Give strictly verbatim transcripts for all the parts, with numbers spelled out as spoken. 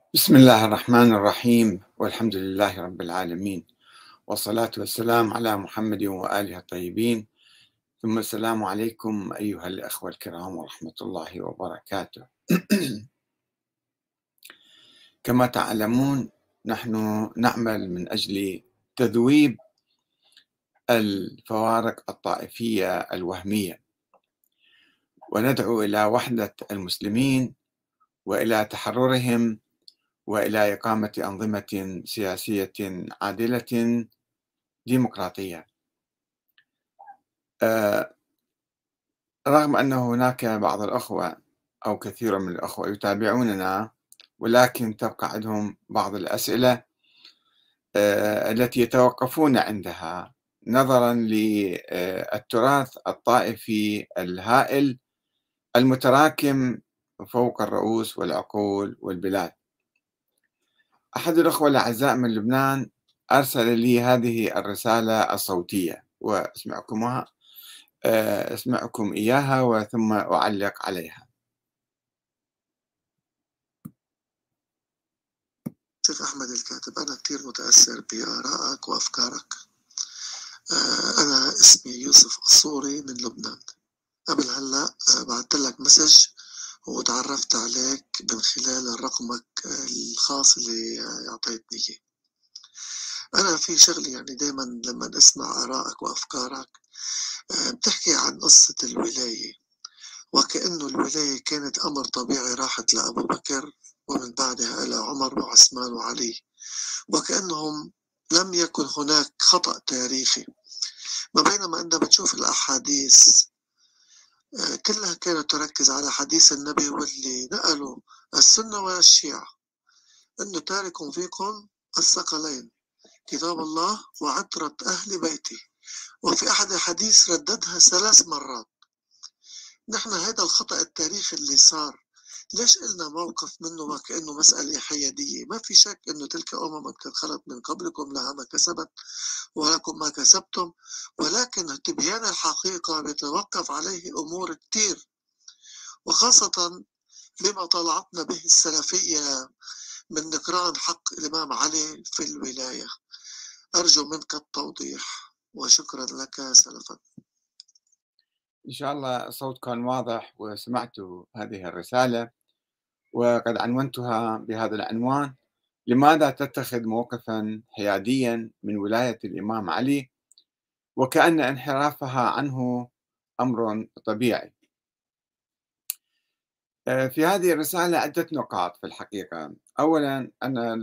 بسم الله الرحمن الرحيم والحمد لله رب العالمين والصلاة والسلام على محمد وآله الطيبين ثم السلام عليكم أيها الأخوة الكرام ورحمة الله وبركاته. كما تعلمون نحن نعمل من أجل تذويب الفوارق الطائفية الوهمية، وندعو إلى وحدة المسلمين وإلى تحررهم وإلى إقامة أنظمة سياسية عادلة ديمقراطية. آه، رغم أن هناك بعض الأخوة أو كثير من الأخوة يتابعوننا، ولكن تبقى عندهم بعض الأسئلة آه، التي يتوقفون عندها نظرا للتراث الطائفي الهائل المتراكم فوق الرؤوس والعقول والبلاد. أحد الأخوة الأعزاء من لبنان أرسل لي هذه الرسالة الصوتية وأسمعكمها أسمعكم إياها وثم أعلق عليها. شيخ أحمد الكاتب، أنا كتير متأثر بآرائك وأفكارك. أنا اسمي يوسف الصوري من لبنان. قبل هلأ بعثت لك مسج وتعرفت عليك من خلال رقمك الخاص اللي أعطيتني إياه. أنا في شغلي يعني دايما لما أسمع آرائك وأفكارك بتحكي عن قصة الولاية، وكأنه الولاية كانت أمر طبيعي راحت لأبو بكر ومن بعدها إلى عمر وعثمان وعلي، وكأنهم لم يكن هناك خطأ تاريخي. ما بينما أنت بتشوف الأحاديث كلها كانت تركز على حديث النبي واللي نقلوا السنة والشيعة أنه تارك فيكم الثقلين كتاب الله وعترة أهل بيتي، وفي أحد الحديث رددها ثلاث مرات. نحن هذا الخطأ التاريخي اللي صار ليش قلنا موقف منه وكأنه مسألة حيادية؟ ما في شك أنه تلك أمم قد خلت من قبلكم لها ما كسبت ولكم ما كسبتم، ولكن تبيان الحقيقة بيتوقف عليه أمور كتير، وخاصة بما طلعتنا به السلفية من نكران حق الإمام علي في الولاية. أرجو منك التوضيح وشكرا لك سلفا. إن شاء الله الصوت كان واضح وسمعتوا هذه الرسالة، وقد عنونتها بهذا العنوان: لماذا تتخذ موقفا حياديا من ولاية الإمام علي وكأن انحرافها عنه أمر طبيعي؟ في هذه الرسالة عدة نقاط في الحقيقة. أولا، أن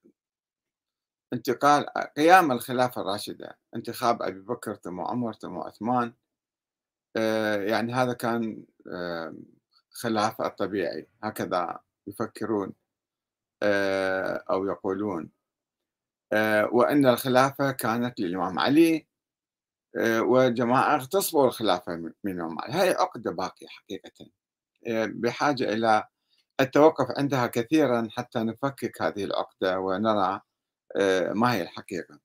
انتقال قيام الخلافة الراشدة، انتخاب أبي بكر ثم عمر ثم عثمان، يعني هذا كان خلافة الطبيعي، هكذا يفكرون أو يقولون، وأن الخلافة كانت للإمام علي وجماعة اغتصبوا الخلافة من الإمام علي. هاي عقدة باقية حقيقة، بحاجة إلى التوقف عندها كثيرا حتى نفكك هذه العقدة ونرى ما هي الحقيقة.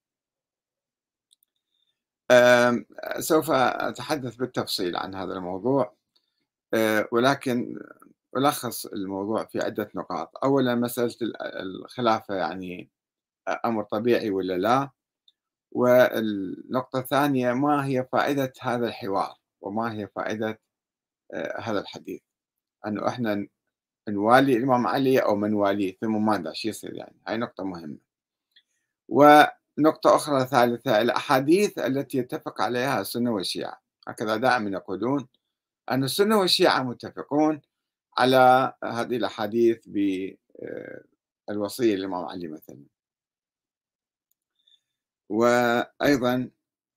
سوف أتحدث بالتفصيل عن هذا الموضوع، ولكن ألخص الموضوع في عدة نقاط. أولا، مسألة الخلافة يعني أمر طبيعي ولا لا؟ والنقطة الثانية، ما هي فائدة هذا الحوار وما هي فائدة هذا الحديث؟ أنه إحنا نوالي الإمام علي أو ما نواليه ثم ماذا شو يصير؟ يعني هاي نقطة مهمة. ونقطة أخرى ثالثة، الأحاديث التي يتفق عليها السنة والشيعة، هكذا دائما يقولون أن السنة والشيعة متفقون على هذه الأحاديث بالوصية للإمام علي مثلا. وأيضا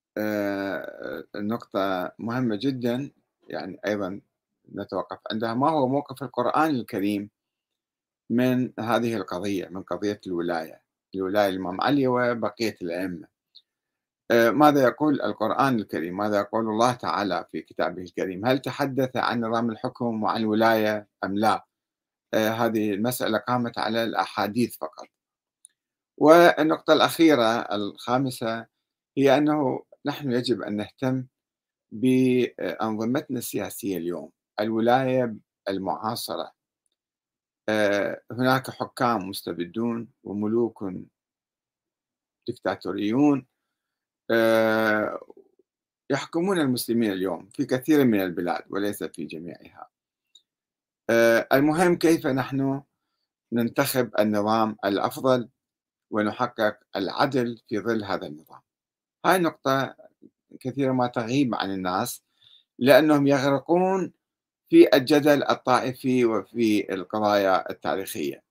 النقطة مهمة جدا يعني أيضا نتوقف عندها، ما هو موقف القرآن الكريم من هذه القضية، من قضية الولاية الولاية للإمام علي وبقية الأئمة؟ ماذا يقول القرآن الكريم؟ ماذا يقول الله تعالى في كتابه الكريم؟ هل تحدث عن نظام الحكم وعن الولاية أم لا؟ هذه المسألة قامت على الأحاديث فقط. والنقطة الأخيرة الخامسة هي أنه نحن يجب أن نهتم بأنظمتنا السياسية اليوم، الولاية المعاصرة هناك حكام مستبدون وملوك ديكتاتوريون آآ يحكمون المسلمين اليوم في كثير من البلاد وليس في جميعها. آآ المهم كيف نحن ننتخب النظام الأفضل ونحقق العدل في ظل هذا النظام. هاي النقطة كثيرًا ما تغيب عن الناس، لأنهم يغرقون في الجدل الطائفي وفي القضايا التاريخية.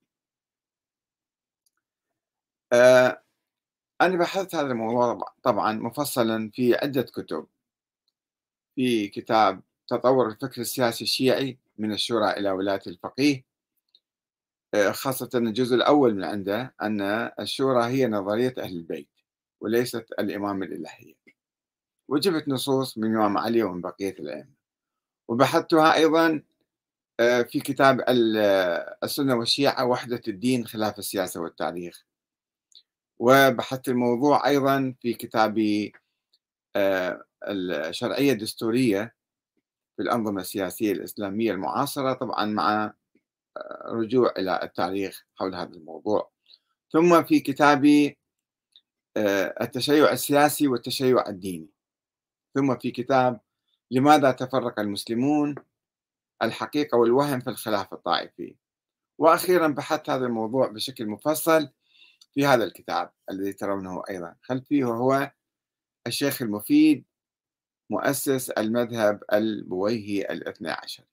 آآ أنا بحثت هذا الموضوع طبعًا مفصلًا في عدة كتب، في كتاب تطور الفكر السياسي الشيعي من الشورى إلى ولاية الفقيه، آآ خاصةً الجزء الأول من عنده أن الشورى هي نظرية أهل البيت وليست الإمامة الإلهية، وجبت نصوص من الإمام علي ومن بقية الأئمة، وبحثتها أيضًا آآ في كتاب ال السنة والشيعة وحدة الدين خلاف السياسة والتاريخ، وبحثت الموضوع أيضًا في كتابي آآ الشرعية الدستورية في الأنظمة السياسية الإسلامية المعاصرة، طبعًا مع رجوع إلى التاريخ حول هذا الموضوع، ثم في كتابي آآ التشيع السياسي والتشيع الديني، ثم في كتاب لماذا تفرق المسلمون؟ الحقيقة والوهم في الخلاف الطائفي، وأخيرًا بحثت هذا الموضوع بشكل مفصل في هذا الكتاب الذي ترونه أيضًا خلفي، وهو الشيخ المفيد مؤسس المذهب البويهي الاثني عشر.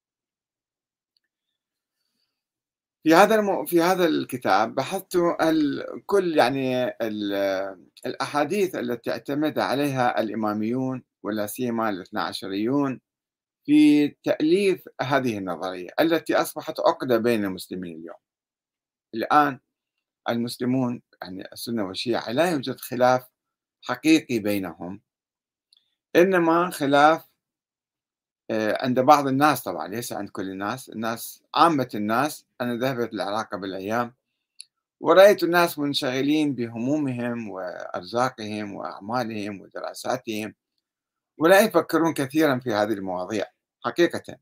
في هذا الم في هذا الكتاب بحثت ال كل يعني ال الأحاديث التي اعتمد عليها الإماميون ولا سيما الاثنى عشريون في تأليف هذه النظرية التي أصبحت عقدة بين المسلمين اليوم. الآن المسلمون يعني السنة والشيعة لا يوجد خلاف حقيقي بينهم، إنما خلاف آآ عند بعض الناس طبعًا ليس عند كل الناس، الناس عامة الناس. أنا ذهبت العراق قبل أيام ورأيت الناس منشغلين بهمومهم وأرزاقهم وأعمالهم ودراساتهم ولا يفكرون كثيرا في هذه المواضيع حقيقة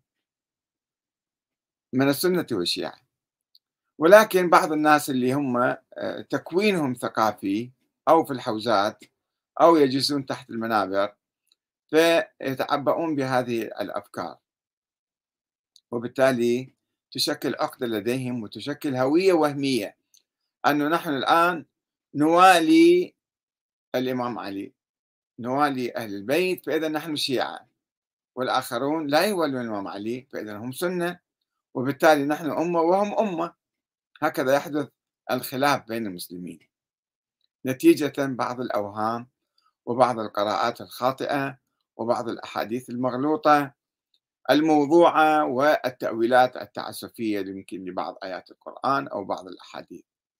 من السنة والشيعة. ولكن بعض الناس اللي هم آه، تكوينهم ثقافي أو في الحوزات أو يجلسون تحت المنابر فيتعبؤون بهذه الأفكار، وبالتالي تشكل عقدة لديهم وتشكل هوية وهمية أنه نحن الآن نوالي الإمام علي، نوالي أهل البيت، فإذا نحن شيعة، والآخرون لا يولون الإمام علي فإذا هم سنة، وبالتالي نحن أمة وهم أمة. هكذا يحدث الخلاف بين المسلمين نتيجة بعض الأوهام وبعض القراءات الخاطئة وبعض الأحاديث المغلوطة الموضوعة والتأويلات التعسفية يمكن لبعض آيات القرآن أو بعض الأحاديث.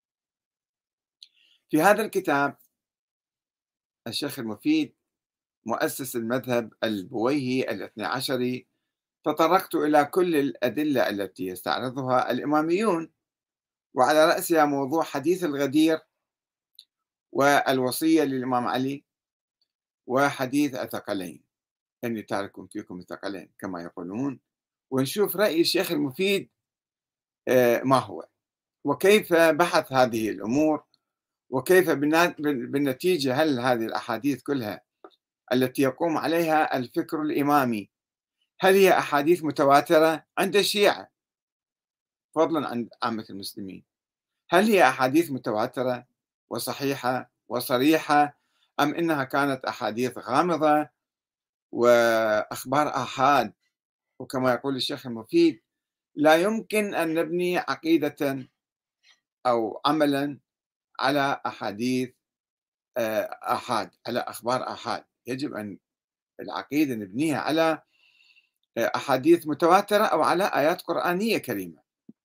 في هذا الكتاب الشيخ المفيد مؤسس المذهب البويهي الاثني عشري تطرقت إلى كل الأدلة التي يستعرضها الإماميون، وعلى رأسها موضوع حديث الغدير والوصية للإمام علي وحديث الثقلين، إني تارك فيكم الثقلين كما يقولون، ونشوف رأي الشيخ المفيد آه، ما هو وكيف بحث هذه الأمور، وكيف بالنتيجة هل هذه الأحاديث كلها التي يقوم عليها الفكر الإمامي هل هي أحاديث متواترة عند الشيعة فضلا عن عامة المسلمين؟ هل هي أحاديث متواترة وصحيحة وصريحة أم إنها كانت أحاديث غامضة وأخبار آحاد؟ وكما يقول الشيخ المفيد لا يمكن أن نبني عقيدة أو عملا على أحاديث آحاد، على أخبار آحاد. يجب أن العقيدة نبنيها على أحاديث متواترة أو على آيات قرآنية كريمة.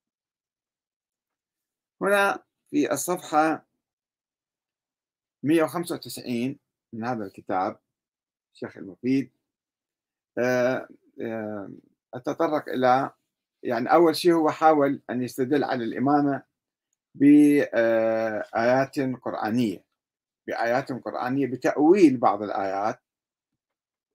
هنا في الصفحة مئة وخمسة وتسعين من هذا الكتاب الشيخ المفيد أتطرق إلى يعني أول شيء هو حاول أن يستدل على الإمامة بآيات قرآنية بآيات قرآنية بتأويل بعض الآيات،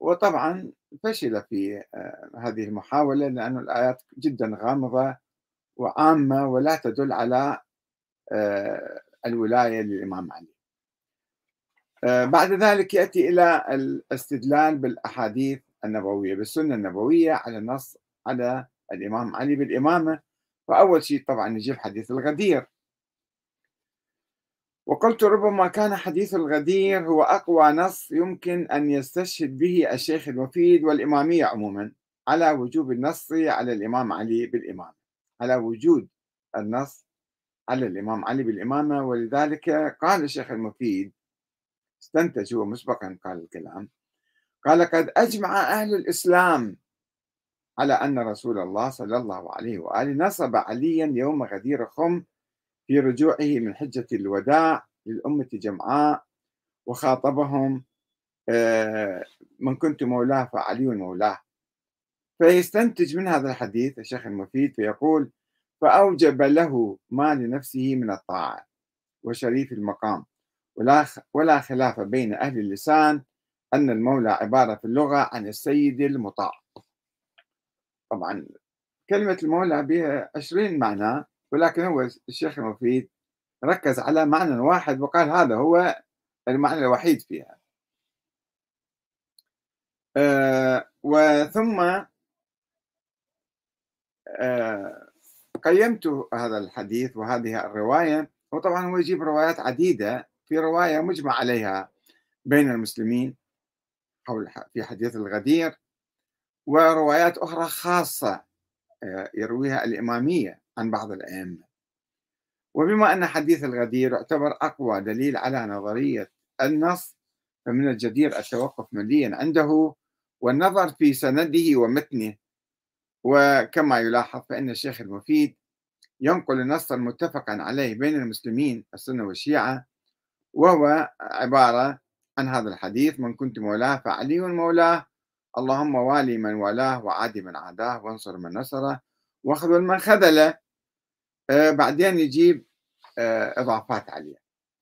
وطبعا فشل في هذه المحاولة لأن الآيات جدا غامضة وعامة ولا تدل على الولاية للإمام علي. بعد ذلك يأتي إلى الاستدلال بالأحاديث النبوية بالسنة النبوية على النص على الإمام علي بالإمامة. فأول شيء طبعا نجيب حديث الغدير، وقلت ربما كان حديث الغدير هو أقوى نص يمكن أن يستشهد به الشيخ المفيد والإمامية عموما على وجوب النص على الإمام علي بالإمامة، على وجود النص على الإمام علي بالإمامة. ولذلك قال الشيخ المفيد، استنتج هو مسبقا قال الكلام، قال: قد أجمع أهل الإسلام على أن رسول الله صلى الله عليه وآله نصب عليا يوم غدير خم في رجوعه من حجة الوداع للأمة جمعاء، وخاطبهم: من كنت مولاه فعلي مولاه. فيستنتج من هذا الحديث الشيخ المفيد فيقول: فأوجب له ما لنفسه من الطاعة وشريف المقام، ولا ولا خلاف بين أهل اللسان أن المولى عبارة في اللغة عن السيد المطاع. طبعا كلمة المولى بها عشرين معنى، ولكن هو الشيخ المفيد ركز على معنى واحد وقال هذا هو المعنى الوحيد فيها. آه وثم آه قيمت هذا الحديث وهذه الرواية، وطبعا هو يجيب روايات عديدة. في رواية مجمع عليها بين المسلمين حول في حديث الغدير، وروايات أخرى خاصة يرويها الإمامية عن بعض الأئمة. وبما أن حديث الغدير يعتبر أقوى دليل على نظرية النص، فمن الجدير التوقف مليا عنده والنظر في سنده ومتنه. وكما يلاحظ فإن الشيخ المفيد ينقل النص المتفقا عليه بين المسلمين السنة والشيعة، وهو عبارة عن هذا الحديث: من كنت مولاه فعلي مولاه، اللهم والي من والاه وعادي من عاداه وانصر من نصره واخذل من خذله. آه بعدين يجيب آه إضافات عليه.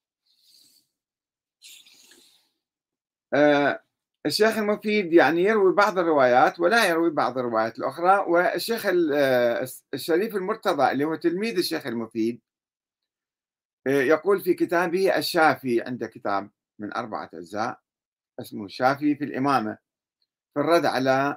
آه الشيخ المفيد يعني يروي بعض الروايات ولا يروي بعض الروايات الأخرى. والشيخ الشريف المرتضى اللي هو تلميذ الشيخ المفيد يقول في كتابه الشافي، عنده كتاب من أربعة أجزاء اسمه الشافي في الإمامة، في الرد على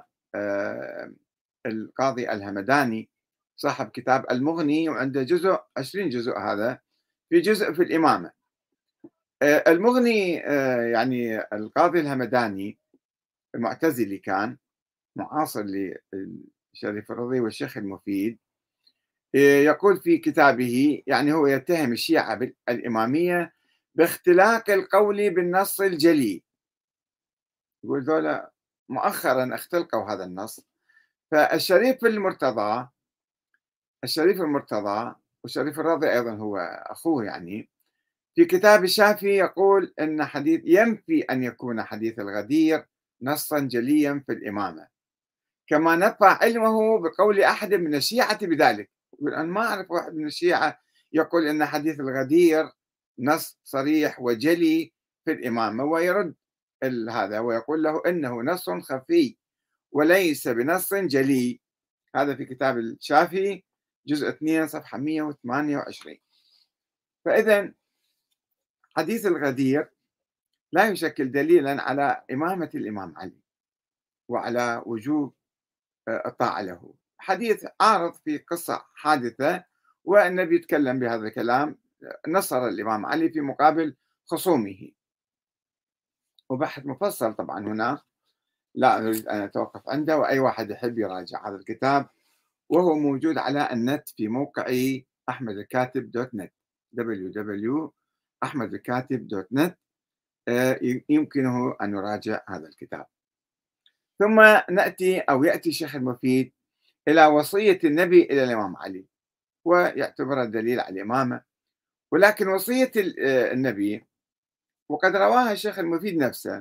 القاضي الهمداني صاحب كتاب المغني، وعنده جزء عشرين جزء، هذا في جزء في الإمامة. المغني يعني القاضي الهمداني المعتزلي كان معاصر للشريف الرضي والشيخ المفيد، يقول في كتابه يعني هو يتهم الشيعة بالإمامية باختلاق القول بالنص الجلي. يقول ذولا مؤخرا اختلقوا هذا النص. فالشريف المرتضى الشريف المرتضى والشريف الرضي أيضا هو أخوه، يعني في كتاب الشافي يقول أن حديث ينفي أن يكون حديث الغدير نصا جليا في الإمامة، كما نفى علمه بقول أحد من الشيعة بذلك. يقول أنا ما أعرف واحد من الشيعة يقول أن حديث الغدير نص صريح وجلي في الإمامة، ويرد هذا ويقول له إنه نص خفي وليس بنص جلي. هذا في كتاب الشافعي جزء اثنين صفحة مئة وثمانية وعشرين. فإذا حديث الغدير لا يشكل دليلا على إمامة الإمام علي وعلى وجوب الطاعة له. حديث عارض في قصة حادثة، والنبي يتكلم بهذا الكلام، نصر الإمام علي في مقابل خصومه. وبحث مفصل طبعا هنا لا أريد أن أتوقف عنده، وأي واحد يحب يراجع هذا الكتاب، وهو موجود على النت في موقع أحمد الكاتب دوت نت دبليو دبليو دوت أحمد الكاتب دوت نت. يمكنه أن يراجع هذا الكتاب. ثم نأتي أو يأتي الشيخ المفيد إلى وصية النبي إلى الإمام علي، ويعتبر دليل على الإمامة. ولكن وصية النبي وقد رواها الشيخ المفيد نفسه،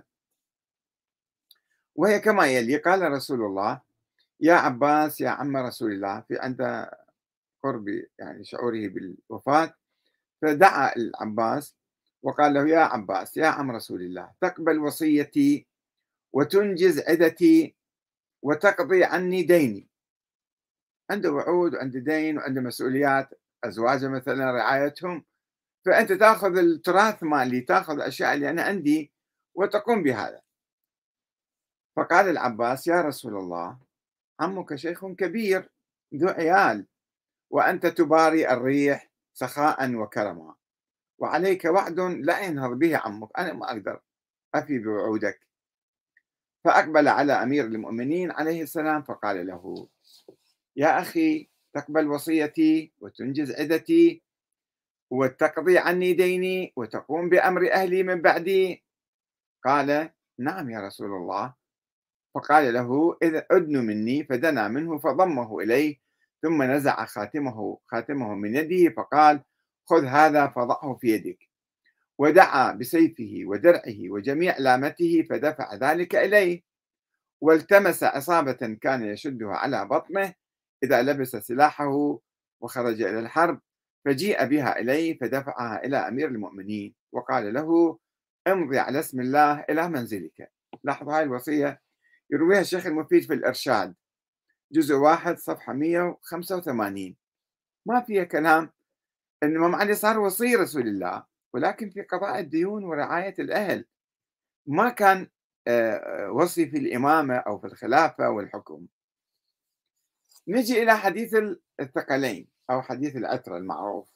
وهي كما يلي: قال رسول الله: يا عباس يا عم رسول الله، في عند قرب يعني شعوره بالوفاة، فدعا العباس وقال له: يا عباس يا عم رسول الله، تقبل وصيتي وتنجز عدتي وتقضي عني ديني. عنده وعود وعنده دين وعنده مسؤوليات، أزواجه مثلا رعايتهم، فأنت تأخذ التراث مالي، تأخذ الأشياء اللي أنا عندي وتقوم بهذا. فقال العباس: يا رسول الله، عمك شيخ كبير ذو عيال، وأنت تباري الريح سخاء وكرما، وعليك وعد لا ينهض به عمك، أنا ما أقدر أفي بوعودك. فأقبل على أمير المؤمنين عليه السلام فقال له: يا أخي، تقبل وصيتي وتنجز عدتي وتقضي عني ديني وتقوم بأمر أهلي من بعدي؟ قال: نعم يا رسول الله. فقال له: إذا أدن مني. فدنا منه فضمه إليه، ثم نزع خاتمه خاتمه من يده فقال: خذ هذا فضعه في يدك. ودعا بسيفه ودرعه وجميع لامته فدفع ذلك إليه، والتمس عصابة كان يشدها على بطنه إذا لبس سلاحه وخرج إلى الحرب، فجيء بها إليه فدفعها إلى أمير المؤمنين وقال له: امضي على اسم الله إلى منزلك. لاحظوا هاي الوصية يرويها الشيخ المفيد في الإرشاد، جزء واحد صفحة مئة وخمسة وثمانين. ما فيها كلام أن الإمام علي صار وصي رسول الله، ولكن في قضاء الديون ورعاية الأهل، ما كان وصي في الإمامة أو في الخلافة والحكم. نجي إلى حديث الثقلين أو حديث العترة المعروف.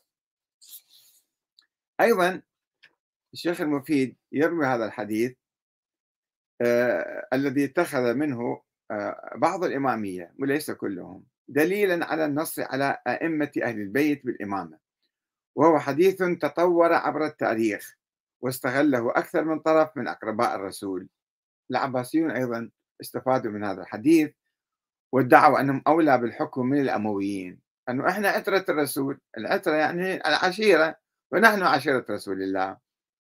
أيضا الشيخ المفيد يروي هذا الحديث آه الذي اتخذ منه آه بعض الإمامية وليس كلهم دليلا على النص على أئمة أهل البيت بالإمامة، وهو حديث تطور عبر التاريخ واستغله أكثر من طرف من أقرباء الرسول. العباسيون أيضا استفادوا من هذا الحديث وادعوا أنهم أولى بالحكم من الأمويين، أنه إحنا عترة الرسول، العترة يعني العشيرة ونحن عشيرة رسول الله.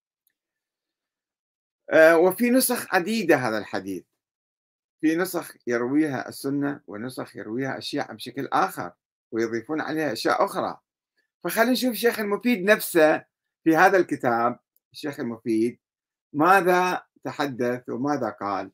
آه وفي نسخ عديدة هذا الحديث، في نسخ يرويها السنة ونسخ يرويها الشيعة بشكل آخر ويضيفون عليها أشياء أخرى. فخلينا نشوف الشيخ المفيد نفسه في هذا الكتاب، الشيخ المفيد ماذا تحدث وماذا قال.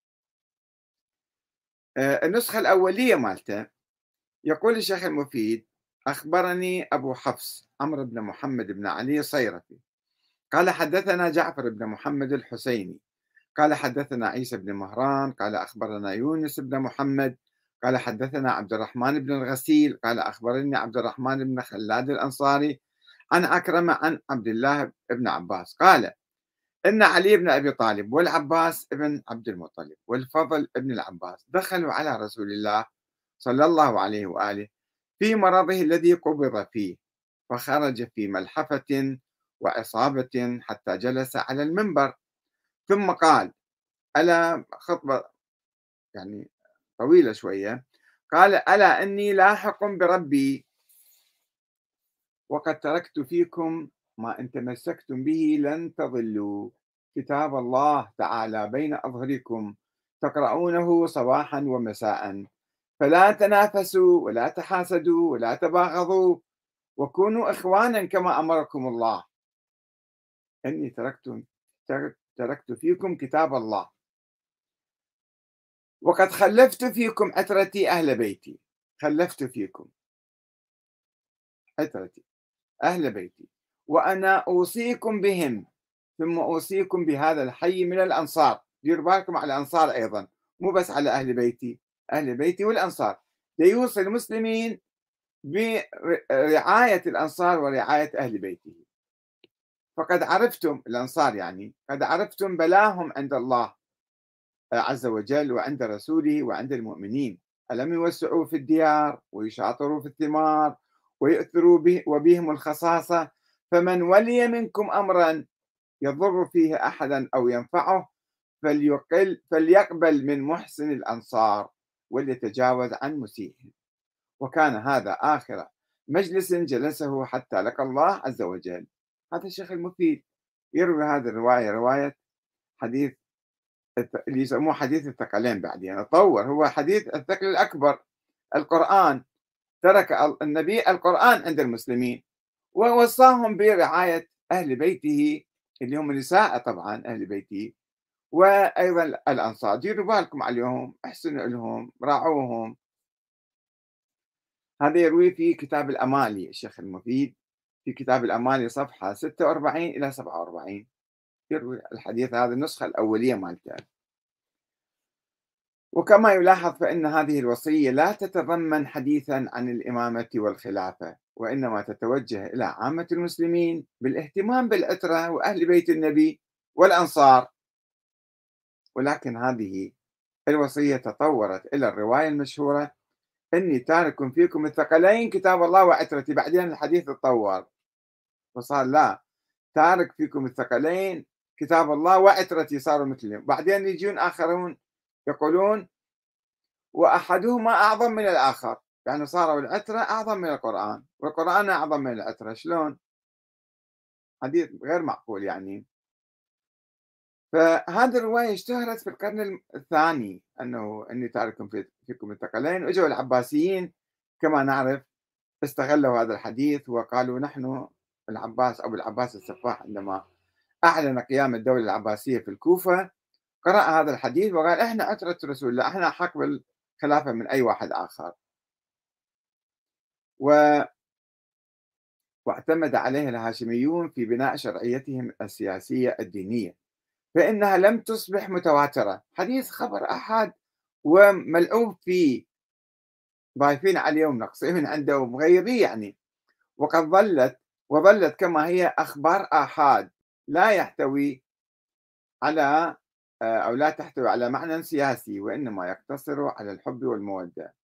آه النسخة الأولية مالته يقول الشيخ المفيد: أخبرني أبو حفص عمرو بن محمد بن علي الصيرفي قال حدثنا جعفر بن محمد الحسيني قال حدثنا عيسى بن مهران قال أخبرنا يونس بن محمد قال حدثنا عبد الرحمن بن الغسيل قال أخبرني عبد الرحمن بن خلاد الأنصاري عن أكرم عن عبد الله بن عباس قال: إن علي بن أبي طالب والعباس بن عبد المطلب والفضل بن العباس دخلوا على رسول الله صلى الله عليه وآله في مرضه الذي قبض فيه، فخرج في ملحفة وعصابة حتى جلس على المنبر، ثم قال: ألا، خطبة يعني طويلة شوية، قال: ألا إني لاحق بربي وقد تركت فيكم ما إن تمسكتم به لن تضلوا، كتاب الله تعالى بين أظهركم تقرؤونه صباحا ومساء، فلا تنافسوا ولا تحاسدوا ولا تباغضوا وكونوا إخوانا كما أمركم الله. إني تركت تركت فيكم كتاب الله وقد خلفت فيكم عترتي أهل بيتي. خلفت فيكم عترتي أهل بيتي وأنا أوصيكم بهم، ثم أوصيكم بهذا الحي من الأنصار. دير بالكم على الأنصار أيضا، مو بس على أهل بيتي، أهل بيتي والأنصار. ليوصي المسلمين برعاية الأنصار ورعاية أهل بيته. فقد عرفتم، الأنصار يعني، قد عرفتم بلاهم عند الله عز وجل وعند رسوله وعند المؤمنين، ألم يوسعوا في الديار ويشاطروا في الثمار ويؤثروا به وبهم الخصاصة، فمن ولي منكم أمرا يضر فيه أحدا أو ينفعه فليقل فليقبل من محسن الأنصار وليتجاوز عن مسيئهم. وكان هذا آخر مجلس جلسه حتى لقى الله عز وجل. هذا الشيخ المفيد يروي هذه الرواية، رواية حديث اللي يسموه حديث الثقلين، بعدين يعني طور هو حديث الثقل الأكبر، القرآن. ترك النبي القرآن عند المسلمين ووصاهم برعاية أهل بيته اللي هم النساء طبعا أهل بيته، وأيضا الأنصار. ديروا بالكم عليهم، احسنوا لهم، راعوهم. هذا يروي في كتاب الأمالي الشيخ المفيد، في كتاب الأمالي صفحة ستة وأربعين إلى سبعة وأربعين يروي الحديث هذا النسخة الأولية مالته. وكما يلاحظ فإن هذه الوصية لا تتضمن حديثا عن الإمامة والخلافة، وإنما تتوجه إلى عامة المسلمين بالاهتمام بالعترة وأهل بيت النبي والأنصار. ولكن هذه الوصية تطورت إلى الرواية المشهورة: إني تارك فيكم الثقلين كتاب الله وعترتي. بعدين الحديث تطور وصار لا، تارك فيكم الثقلين كتاب الله وعترتي، صاروا مثلهم. بعدين يجون آخرون يقولون وأحدهما أعظم من الآخر، يعني صاروا العترة أعظم من القرآن والقرآن أعظم من العترة. شلون؟ حديث غير معقول يعني. فهذه الرواية اشتهرت في القرن الثاني، أنه إني تارك فيكم الثقلين، وإجوا العباسيين كما نعرف استغلوا هذا الحديث وقالوا نحن العباس أبو العباس السفاح عندما أعلن قيام الدولة العباسية في الكوفة قرأ هذا الحديث وقال إحنا عترة رسول الله، إحنا أحق بالخلافة من أي واحد آخر، و... واعتمد عليه الهاشميون في بناء شرعيتهم السياسية الدينية، فإنها لم تصبح متواترة. حديث خبر أحد وملعوب فيه، ضايفين عليه ومنقصين من عنده ومغيبيه يعني، وقد ظلت وظلت كما هي أخبار آحاد لا يحتوي على أو لا تحتوي على معنى سياسي، وإنما يقتصر على الحب والمودة.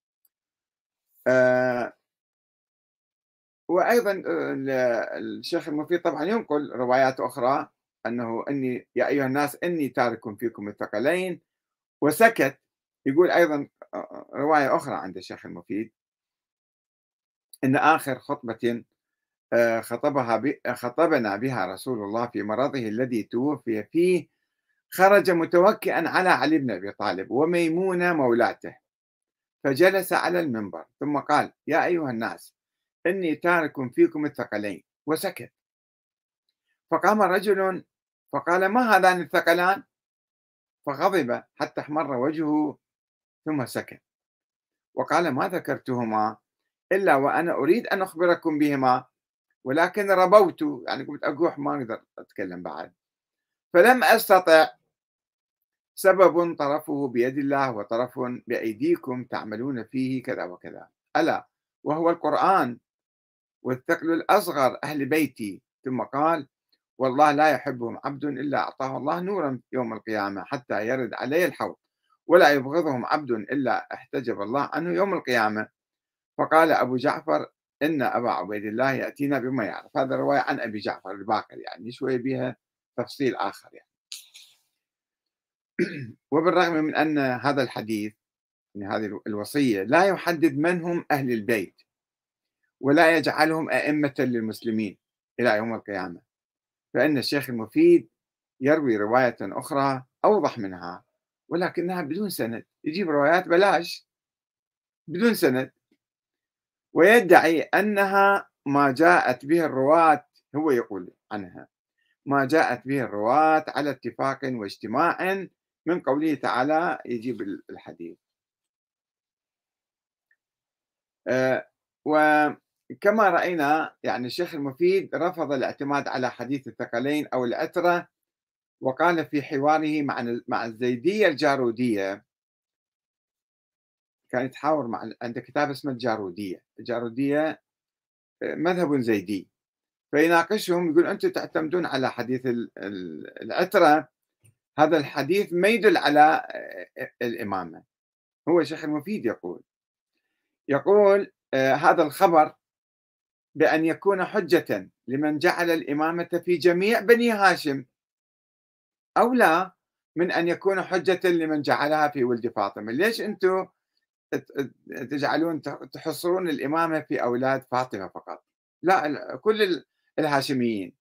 وأيضا الشيخ المفيد طبعا ينقل روايات أخرى أنه إني يا أيها الناس إني تارك فيكم الثقلين، وسكت. يقول أيضا رواية أخرى عند الشيخ المفيد إن آخر خطبة خطبها خطبنا بها رسول الله في مرضه الذي توفي فيه خرج متوكئا على علي بن أبي طالب وميمونة مولاته، فجلس على المنبر ثم قال: يا أيها الناس إني تارك فيكم الثقلين، وسكت. فقام رجل فقال: ما هذان الثقلان؟ فغضب حتى احمر وجهه ثم سكت، وقال: ما ذكرتهما إلا وأنا أريد أن أخبركم بهما، ولكن ربوت، يعني قلت أقوح ما أقدر أتكلم بعد، فلم أستطع، سبب طرفه بيد الله وطرف بأيديكم تعملون فيه كذا وكذا، ألا وهو القرآن والثقل الأصغر أهل بيتي. ثم قال: والله لا يحبهم عبد إلا أعطاه الله نورا يوم القيامة حتى يرد عليه الحوض، ولا يبغضهم عبد إلا احتجب الله عنه يوم القيامة. فقال أبو جعفر: إن أبا عبيد الله يأتينا بما يعرف. هذا رواية عن أبي جعفر الباقر، يعني شوي بها تفصيل آخر يعني. وبالرغم من أن هذا الحديث، يعني هذه الوصية، لا يحدد من هم أهل البيت ولا يجعلهم أئمة للمسلمين إلى يوم القيامة، فإن الشيخ المفيد يروي رواية أخرى أوضح منها، ولكنها بدون سند، يجيب روايات بلاش بدون سند، ويدعي أنها ما جاءت به الرواة، هو يقول عنها ما جاءت به الرواة على اتفاق واجتماع من قوله تعالى، يجيب الحديث. أه وكما رأينا يعني الشيخ المفيد رفض الاعتماد على حديث الثقلين أو العترة، وقال في حواره مع مع الزيدية الجارودية، كان يتحاور مع عنده كتاب اسمه الجارودية، الجارودية مذهب زيدي، فيناقشهم يقول أنتم تعتمدون على حديث العترة، هذا الحديث ما يدل على الإمامة. هو الشيخ المفيد يقول يقول آه هذا الخبر بأن يكون حجة لمن جعل الإمامة في جميع بني هاشم أولى من أن يكون حجة لمن جعلها في ولد فاطمة. ليش أنتم تجعلون تحصرون الإمامة في أولاد فاطمة فقط؟ لا، كل الهاشميين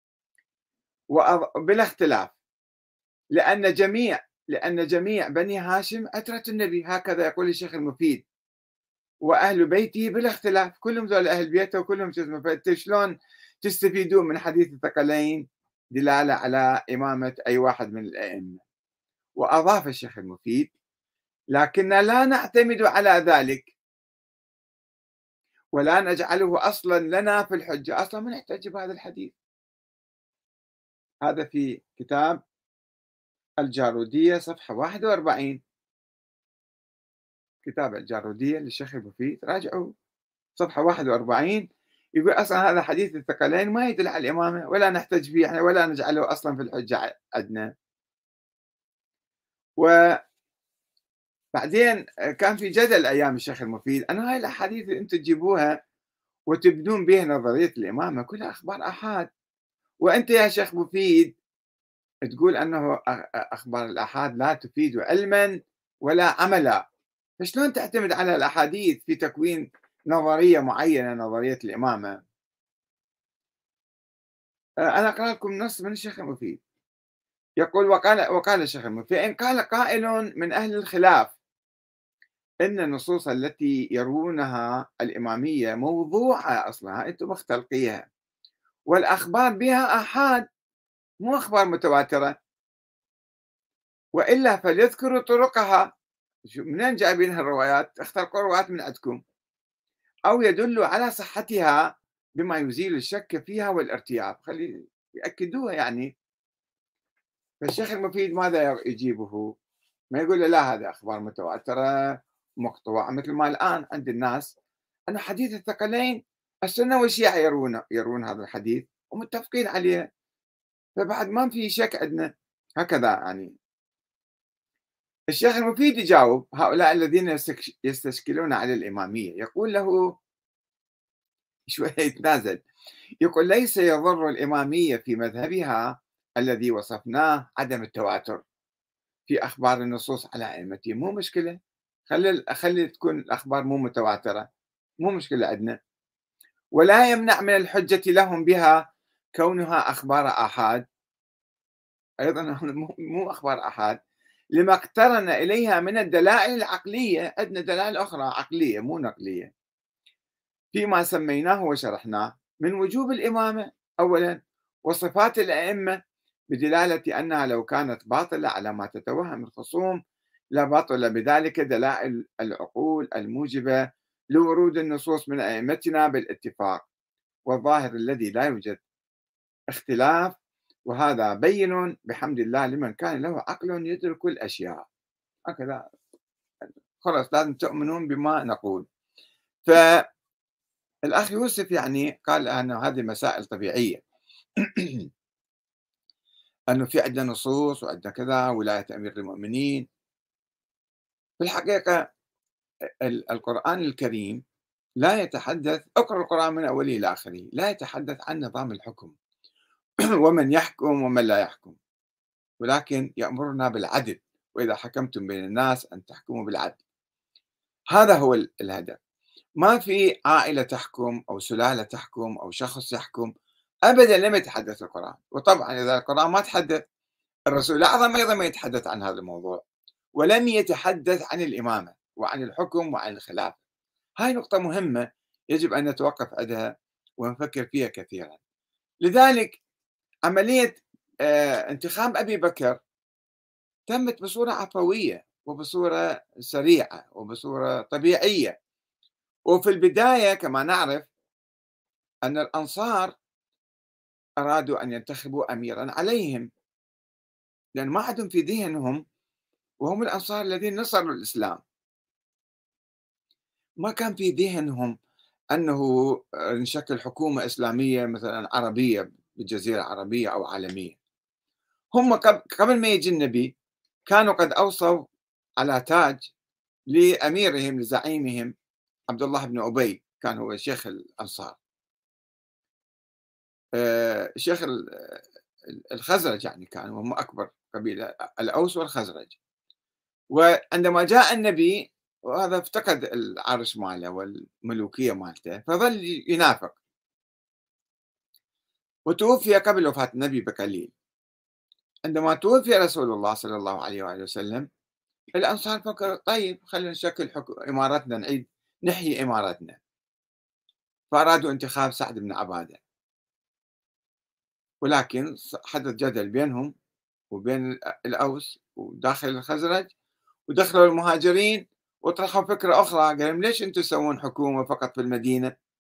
وبلا اختلاف، لأن جميع لأن جميع بني هاشم عترة النبي، هكذا يقول الشيخ المفيد، وأهل بيته بلا اختلاف كلهم ذول أهل بيته وكلهم شو، فشلون تستفيدون من حديث الثقلين دلالة على إمامة أي واحد من الأئمة؟ وأضاف الشيخ المفيد: لكن لا نعتمد على ذلك، ولا نجعله أصلا لنا في الحجة. أصلا ما نحتج بهذا الحديث. هذا في كتاب الجارودية صفحة واحد وأربعين، كتاب الجارودية للشيخ المفيد، راجعوا صفحة واحد وأربعين. يقول أصلا هذا حديث الثقلين ما يدل على الإمامة ولا نحتج به احنا ولا نجعله أصلا في الحجة عندنا. وبعدين كان في جدل أيام الشيخ المفيد أن هاي الأحاديث اللي أنتم تجيبوها وتبنون بها نظرية الإمامة كلها أخبار آحاد، وأنت يا شيخ مفيد تقول أنه أخبار الآحاد لا تفيد علما ولا عملا، فشلون تعتمد على الأحاديث في تكوين نظرية معينة، نظرية الإمامة؟ أنا أقرأ لكم نص من الشيخ المفيد يقول: وقال وقال الشيخ المفيد: فإن قال قائل من أهل الخلاف إن النصوص التي يروونها الإمامية موضوعة أصلها، أنتم مختلقيها، والأخبار بها آحاد مو أخبار متواترة، وإلا فليذكروا طرقها، منين جايبين هالروايات؟ اخترقوا روايات من عندكم، أو يدلوا على صحتها بما يزيل الشك فيها والارتياب، خلي يأكدوها يعني. فالشيخ المفيد ماذا يجيبه؟ ما يقول له لا هذا أخبار متواترة مقطوعة، مثل ما الآن عند الناس أن حديث الثقلين السنة والشيعة يرون يرون هذا الحديث ومتفقين عليه، فبعد ما في شك عندنا هكذا يعني. الشيخ المفيد يجاوب هؤلاء الذين يستشكلون على الإمامية، يقول له شوية يتنازل، يقول: ليس يضر الإمامية في مذهبها الذي وصفناه عدم التواتر في أخبار النصوص على أئمتهم، مو مشكلة، خلي خلي تكون الأخبار مو متواترة، مو مشكلة عندنا، ولا يمنع من الحجة لهم بها كونها أخبار آحاد، أيضا مو أخبار آحاد، لما اقترن إليها من الدلائل العقلية، عندنا دلائل أخرى عقلية مو نقلية، فيما سميناه وشرحناه من وجوب الإمامة أولا وصفات الأئمة، بدلالة أنها لو كانت باطلة على ما تتوهم الخصوم لبطل بذلك دلائل العقول الموجبة لورود النصوص من أئمتنا بالاتفاق، والظاهر الذي لا يوجد اختلاف، وهذا بين بحمد الله لمن كان له عقل يدرك الأشياء. هكذا خلاص لازم تؤمنون بما نقول. فالأخ يوسف يعني قال أن هذه مسائل طبيعية أنه في عندنا نصوص وعندنا كذا ولاية أمير المؤمنين. في الحقيقة القرآن الكريم لا يتحدث، اقرأ القرآن من أوله إلى آخره، لا يتحدث عن نظام الحكم ومن يحكم ومن لا يحكم، ولكن يأمرنا بالعدل، وإذا حكمتم بين الناس أن تحكموا بالعدل. هذا هو الهدف. ما في عائلة تحكم أو سلالة تحكم أو شخص يحكم، أبدا لم يتحدث القرآن. وطبعا إذا القرآن ما تحدث، الرسول الأعظم أيضا ما يتحدث عن هذا الموضوع، ولم يتحدث عن الإمامة وعن الحكم وعن الخلافة. هاي نقطة مهمة يجب أن نتوقف عندها ونفكر فيها كثيرا. لذلك عملية انتخاب أبي بكر تمت بصورة عفوية وبصورة سريعة وبصورة طبيعية. وفي البداية كما نعرف أن الأنصار أرادوا أن ينتخبوا أميرا عليهم، لأن ما عندهم في ذهنهم، وهم الأنصار الذين نصروا الإسلام، ما كان في ذهنهم أنه نشكل حكومة إسلامية مثلا عربية بالجزيرة العربية أو عالمية. هم قبل ما يجي النبي كانوا قد أوصوا على تاج لأميرهم لزعيمهم عبد الله بن أبي، كان هو شيخ الأنصار، شيخ الخزرج، يعني كانوا هم أكبر قبيلة، الأوس والخزرج. وعندما جاء النبي وهذا افتقد العرش ماله والملوكية مالته، فظل ينافق، وتوفي قبل وفاة النبي بقليل. عندما توفي رسول الله صلى الله عليه وآله وسلم، الأنصار فكروا طيب خلينا نشكل إمارتنا، نعيد نحيي إمارتنا، فأرادوا انتخاب سعد بن عبادة، ولكن حدث جدل بينهم وبين الأوس وداخل الخزرج، ودخلوا المهاجرين وطرحوا فكرة أخرى، قالوا ليش أنتم تسوون حكومة فقط في المدينة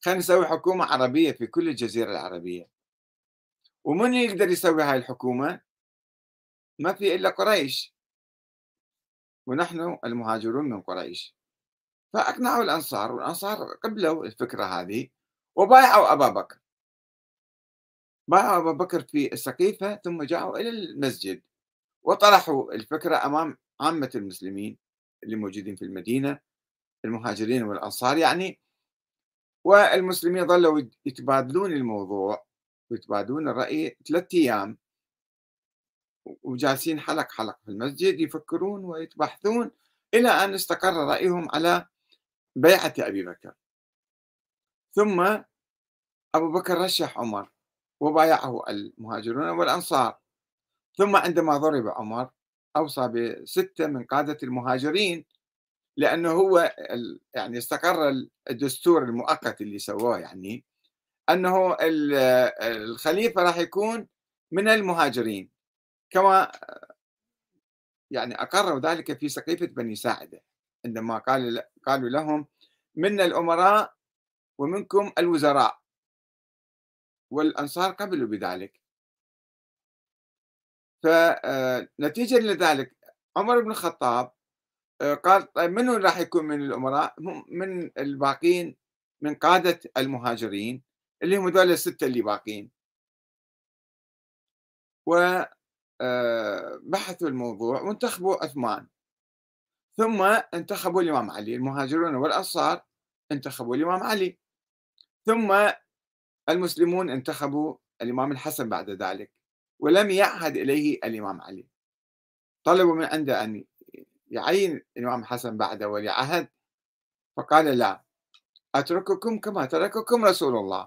خلينا نسوي حكومة عربية في كل الجزيرة العربية. ومن يقدر يسوي هاي الحكومة؟ ما في إلا قريش، ونحن المهاجرون من قريش. فأقنعوا الأنصار، والأنصار قبلوا الفكرة هذه وبايعوا أبا بكر. بايعوا أبا بكر في السقيفة، ثم جاءوا إلى المسجد وطرحوا الفكرة أمام عامة المسلمين اللي موجودين في المدينة، المهاجرين والأنصار يعني. والمسلمين ظلوا يتبادلون الموضوع ويتبادلون الرأي ثلاثة أيام، وجالسين حلق حلق في المسجد يفكرون ويتبحثون إلى أن استقر رأيهم على بيعة أبي بكر. ثم أبو بكر رشح عمر وبايعه المهاجرون والأنصار. ثم عندما ضرب عمر أوصى بستة من قادة المهاجرين، لأنه هو يعني استقر الدستور المؤقت اللي سواه، يعني أنه الخليفة راح يكون من المهاجرين، كما يعني أقروا ذلك في سقيفة بني ساعدة عندما قال قالوا لهم منا الأمراء ومنكم الوزراء، والأنصار قبلوا بذلك. فنتيجة لذلك عمر بن الخطاب قال طيب منو راح يكون من الأمراء؟ من الباقين، من قادة المهاجرين اللي هم دول الستة اللي باقين. وبحثوا الموضوع وانتخبوا عثمان، ثم انتخبوا الإمام علي. المهاجرون والأنصار انتخبوا الإمام علي، ثم المسلمون انتخبوا الإمام الحسن بعد ذلك، ولم يعهد إليه الإمام علي. طلبوا من عنده أن يعين الإمام الحسن بعده ولي عهد، فقال لا، أترككم كما ترككم رسول الله.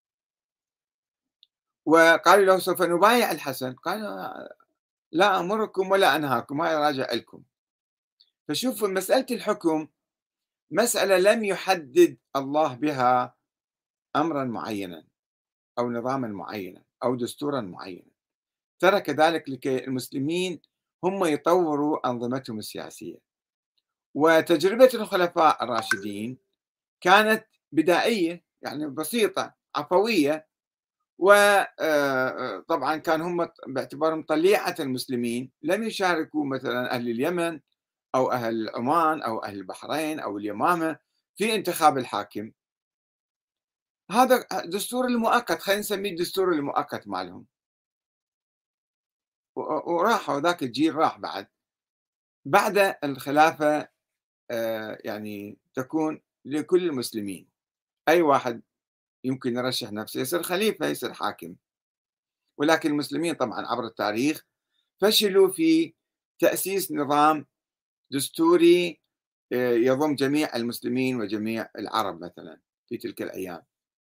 وقالوا له سوف نبايع الحسن، قال لا أمركم ولا أنهاكم، هاي راجع لكم. فشوفوا مسألة الحكم مسألة لم يحدد الله بها أمرا معينا أو نظاما معينا أو دستورا معينا، ترك ذلك لكي المسلمين هم يطوروا أنظمتهم السياسية. وتجربة الخلفاء الراشدين كانت بدائية، يعني بسيطة عفوية، وطبعا كان هم باعتبارهم طليعة المسلمين لم يشاركوا مثلا أهل اليمن أو أهل عمان أو أهل البحرين أو اليمامة في انتخاب الحاكم. هذا دستور المؤقت، خلينا نسميه الدستور المؤقت مالهم. وراحوا ذاك الجيل راح بعد بعد الخلافة يعني تكون لكل المسلمين، أي واحد يمكن يرشح نفسه يصير خليفة يصير حاكم. ولكن المسلمين طبعا عبر التاريخ فشلوا في تأسيس نظام دستوري يضم جميع المسلمين وجميع العرب مثلا في تلك الأيام،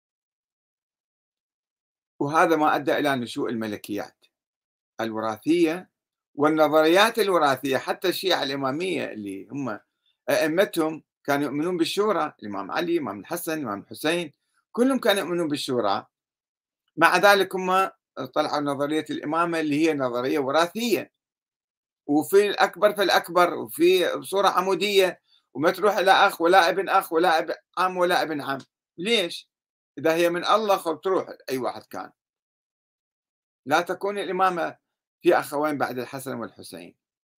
وهذا ما أدى إلى نشوء الملكيات الوراثية والنظريات الوراثية. حتى الشيعة الإمامية اللي هم أئمتهم كانوا يؤمنون بالشورى، الإمام علي، الإمام الحسن، الإمام الحسين، كلهم كانوا يؤمنون بالشورى. مع ذلك هم طلعوا نظرية الإمامة اللي هي نظرية وراثية، وفي الأكبر فالأكبر، وفي بصورة عمودية، وما تروح إلى أخ ولا ابن أخ ولا ابن عم ولا ابن عم. ليش؟ إذا هي من الله خب تروح أي واحد كان، لا تكون الإمامة في أخوين بعد الحسن والحسين.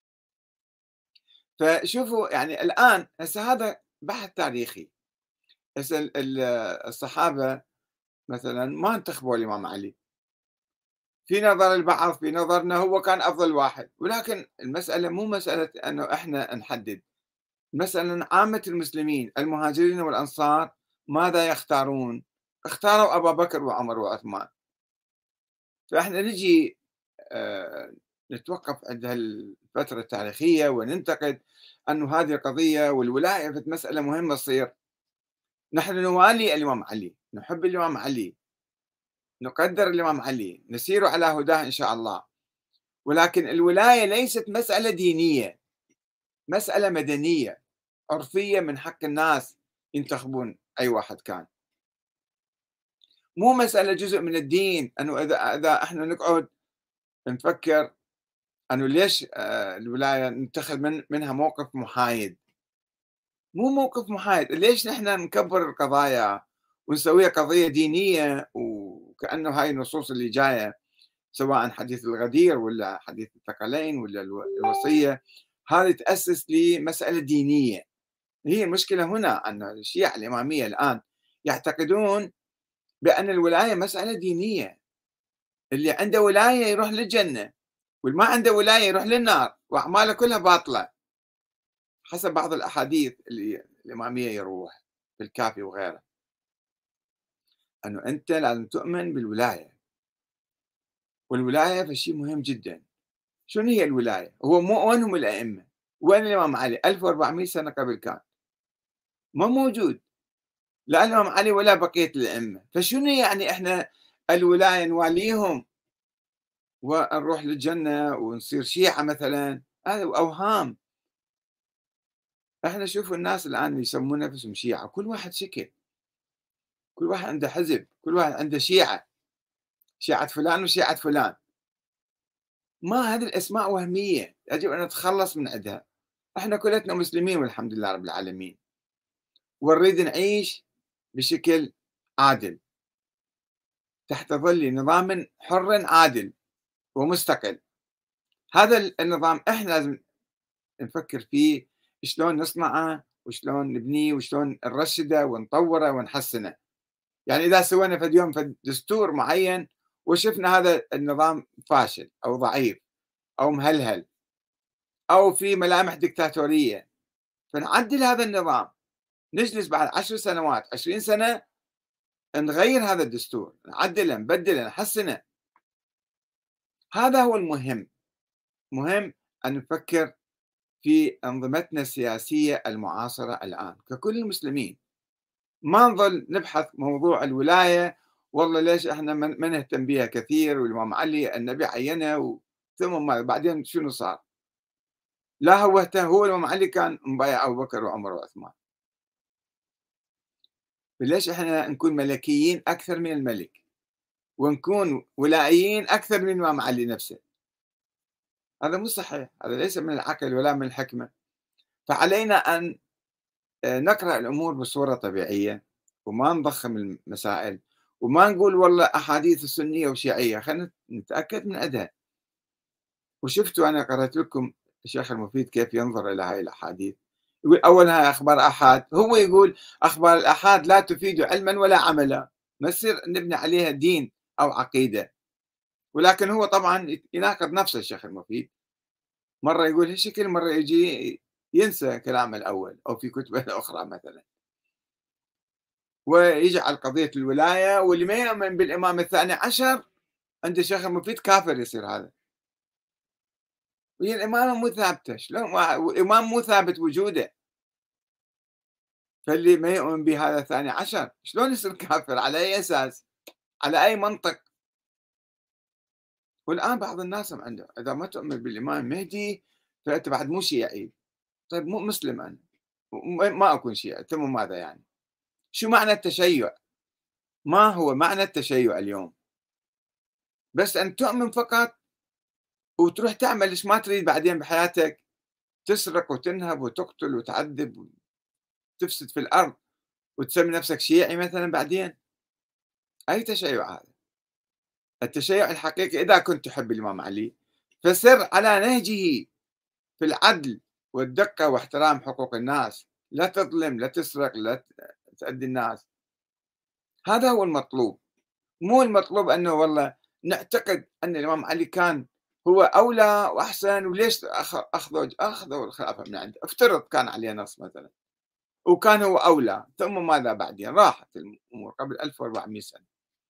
فشوفوا يعني الآن هسه هذا بحث تاريخي. هسه الصحابة مثلا ما انتخبوا الإمام علي، في نظر البعض في نظرنا هو كان أفضل واحد، ولكن المسألة مو مسألة أنه إحنا نحدد، مسألة عامة المسلمين المهاجرين والأنصار ماذا يختارون؟ اختاروا أبا بكر وعمر وعثمان. فإحنا نجي آه نتوقف عند هالفترة التاريخية وننتقد أنه هذه القضية والولاية في مسألة مهمة تصير. نحن نوالي الإمام علي، نحب الإمام علي، نقدر الإمام علي، نسير على هداه إن شاء الله. ولكن الولاية ليست مسألة دينية، مسألة مدنية عرفية، من حق الناس ينتخبون أي واحد كان، مو مسألة جزء من الدين. أنه إذا إذا إحنا نقعد نفكر أنه ليش الولاية نتخذ من منها موقف محايد، مو موقف محايد. ليش نحن نكبر القضايا ونسويها قضية دينية، وكأنه هاي النصوص اللي جاية سواء حديث الغدير ولا حديث الثقلين ولا الو- الوصية، هذه تأسس لمسألة دينية. هي المشكلة هنا أن الشيعة الإمامية الآن يعتقدون بأن الولاية مسألة دينية، اللي عنده ولاية يروح للجنة، واللي ما عنده ولاية يروح للنار، وأعماله كلها باطلة حسب بعض الأحاديث اللي الإمامية يروح في الكافي وغيره، أنه أنت لازم تؤمن بالولاية، والولاية فشيء مهم جدا. شنو هي الولاية؟ هو مو وين هم الأئمة؟ وين الإمام علي؟ ألف وأربعمئة سنة قبل كان ما موجود، لا الإمام علي ولا بقية الأئمة، فشنو يعني إحنا الولاية نواليهم ونروح للجنة ونصير شيعة مثلا؟ هذا أوهام. احنا شوفوا الناس الآن اللي يسمون نفسهم شيعة، كل واحد شكل، كل واحد عنده حزب، كل واحد عنده شيعة، شيعة فلان وشيعة فلان. ما هذه الأسماء وهمية، يجب أن نتخلص من عندها. احنا كلنا مسلمين والحمد لله رب العالمين، ونريد نعيش بشكل عادل تحت ظل نظام حر عادل ومستقل. هذا النظام احنا لازم نفكر فيه شلون نصنعه وشلون نبنيه وشلون نرشده ونطوره ونحسنه. يعني إذا سوينا في اليوم في دستور معين وشفنا هذا النظام فاشل أو ضعيف أو مهلهل أو في ملامح دكتاتورية، فنعدل هذا النظام، نجلس بعد عشر سنوات عشرين سنة نغير هذا الدستور، نعدله نبدله نحسنه. هذا هو المهم. مهم أن نفكر في أنظمتنا السياسية المعاصرة الآن ككل المسلمين، ما نظل نبحث موضوع الولاية والله ليش احنا ما نهتم بها كثير، والإمام علي النبي عينه و... ثم ما بعدين شنو صار؟ لا هو اهتم، هو الإمام علي كان مبايع أبو بكر وعمر وعثمان، ليش احنا نكون ملكيين أكثر من الملك ونكون ولائيين أكثر من الإمام علي نفسه؟ هذا مو صحيح، هذا ليس من العقل ولا من الحكمة. فعلينا أن نقرأ الأمور بصورة طبيعية وما نضخم المسائل وما نقول والله أحاديث السنية وشيعية، خلينا نتأكد من عدها. وشفتوا أنا قرأت لكم الشيخ المفيد كيف ينظر إلى هاي الأحاديث، يقول أولها أخبار أحاد، هو يقول أخبار الأحاد لا تفيد علما ولا عملا، ما يصير نبني عليها دين أو عقيدة. ولكن هو طبعا يناقض نفسه الشيخ المفيد، مرة يقول هالشكل مرة يجي ينسى كلامه الأول أو في كتبه الأخرى مثلا، ويجعل قضية الولاية واللي ما يؤمن بالإمام الثاني عشر عند الشيخ المفيد كافر يصير هذا. وهي الإمامة مو ثابتة، شلون الإمام مو ثابت وجوده، فاللي ما يؤمن بهذا الثاني عشر شلون يصير كافر؟ على أي أساس؟ على أي منطق؟ والآن بعض الناس عنده إذا ما تؤمن بالإمام المهدي فأنت بعد مو شيعي. طيب مو مسلم أنا ما أكون شيعي، ثم ماذا يعني؟ شو معنى التشيع؟ ما هو معنى التشيع اليوم؟ بس أن تؤمن فقط وتروح تعمل ايش ما تريد بعدين بحياتك، تسرق وتنهب وتقتل وتعذب وتفسد في الأرض وتسمي نفسك شيعي مثلا بعدين؟ أي تشيع هذا؟ التشيع الحقيقي إذا كنت تحب الإمام علي فسر على نهجه في العدل والدقة واحترام حقوق الناس، لا تظلم لا تسرق لا تأذي الناس. هذا هو المطلوب، مو المطلوب أنه والله نعتقد أن الإمام علي كان هو أولى وأحسن وليش أخذوا أخذوا الخلافة من عنده. افترض كان عليه نص مثلا وكان هو أولى، ثم ماذا بعدين؟ راحت الأمور قبل ألف وأربعمئة سنة.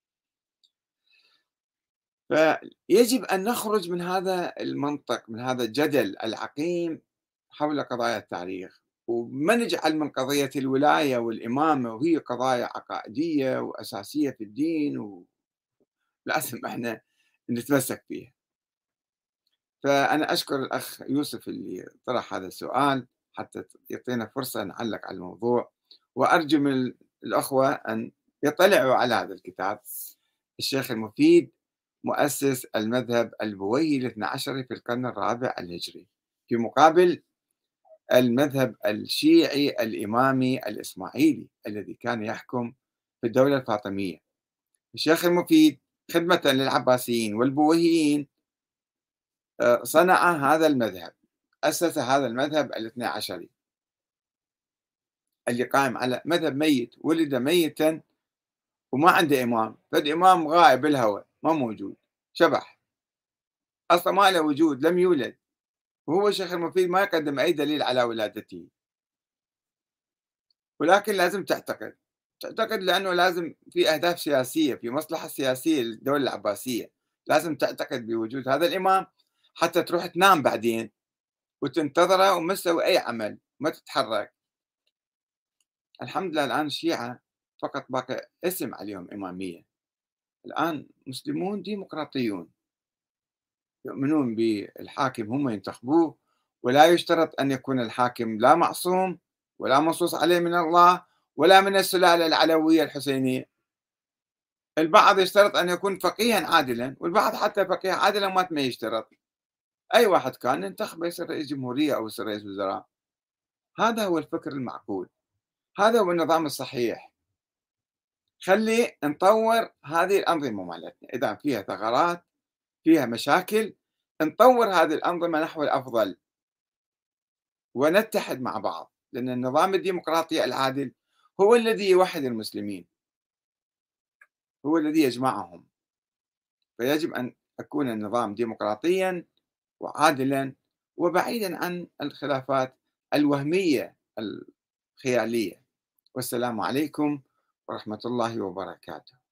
فيجب أن نخرج من هذا المنطق، من هذا الجدل العقيم حول قضايا التاريخ، وما نجعل من قضية الولاية والإمامة وهي قضايا عقائدية وأساسية في الدين ولازم احنا نتمسك فيها. فأنا أشكر الأخ يوسف اللي طرح هذا السؤال حتى يعطينا فرصة نعلق على الموضوع، وأرجو من الأخوة أن يطلعوا على هذا الكتاب. الشيخ المفيد مؤسس المذهب البويهي الاثنى عشري في القرن الرابع الهجري، في مقابل المذهب الشيعي الإمامي الإسماعيلي الذي كان يحكم في الدولة الفاطمية. الشيخ المفيد خدمة للعباسيين والبويهيين آه، صنع هذا المذهب، أسس هذا المذهب الاثني عشري اللي قائم على مذهب ميت، ولد ميتا وما عنده إمام، فالإمام غائب بالهوى ما موجود، شبح أصلا ما له وجود، لم يولد. وهو الشيخ المفيد ما يقدم أي دليل على ولادته، ولكن لازم تعتقد تعتقد لأنه لازم في أهداف سياسية، في مصلحة سياسية للدولة العباسية، لازم تعتقد بوجود هذا الإمام حتى تروح تنام بعدين وتنتظره وما تسوي أي عمل، ما تتحرك. الحمد لله الآن الشيعة فقط باقي اسم عليهم إمامية، الآن مسلمون ديمقراطيون يؤمنون بالحاكم هم ينتخبوه، ولا يشترط أن يكون الحاكم لا معصوم ولا منصوص عليه من الله ولا من السلالة العلوية الحسينية. البعض يشترط أن يكون فقيها عادلا، والبعض حتى فقيه عادلا ما ما يشترط، أي واحد كان ينتخبه يصير رئيس جمهورية أو يصير رئيس وزراء. هذا هو الفكر المعقول، هذا هو النظام الصحيح. خلي نطور هذه الأنظمة مالتنا، إذا فيها ثغرات فيها مشاكل نطور هذه الأنظمة نحو الأفضل ونتحد مع بعض، لأن النظام الديمقراطي العادل هو الذي يوحد المسلمين، هو الذي يجمعهم. فيجب أن يكون النظام ديمقراطيا وعادلا وبعيدا عن الخلافات الوهمية الخيالية. والسلام عليكم ورحمة الله وبركاته.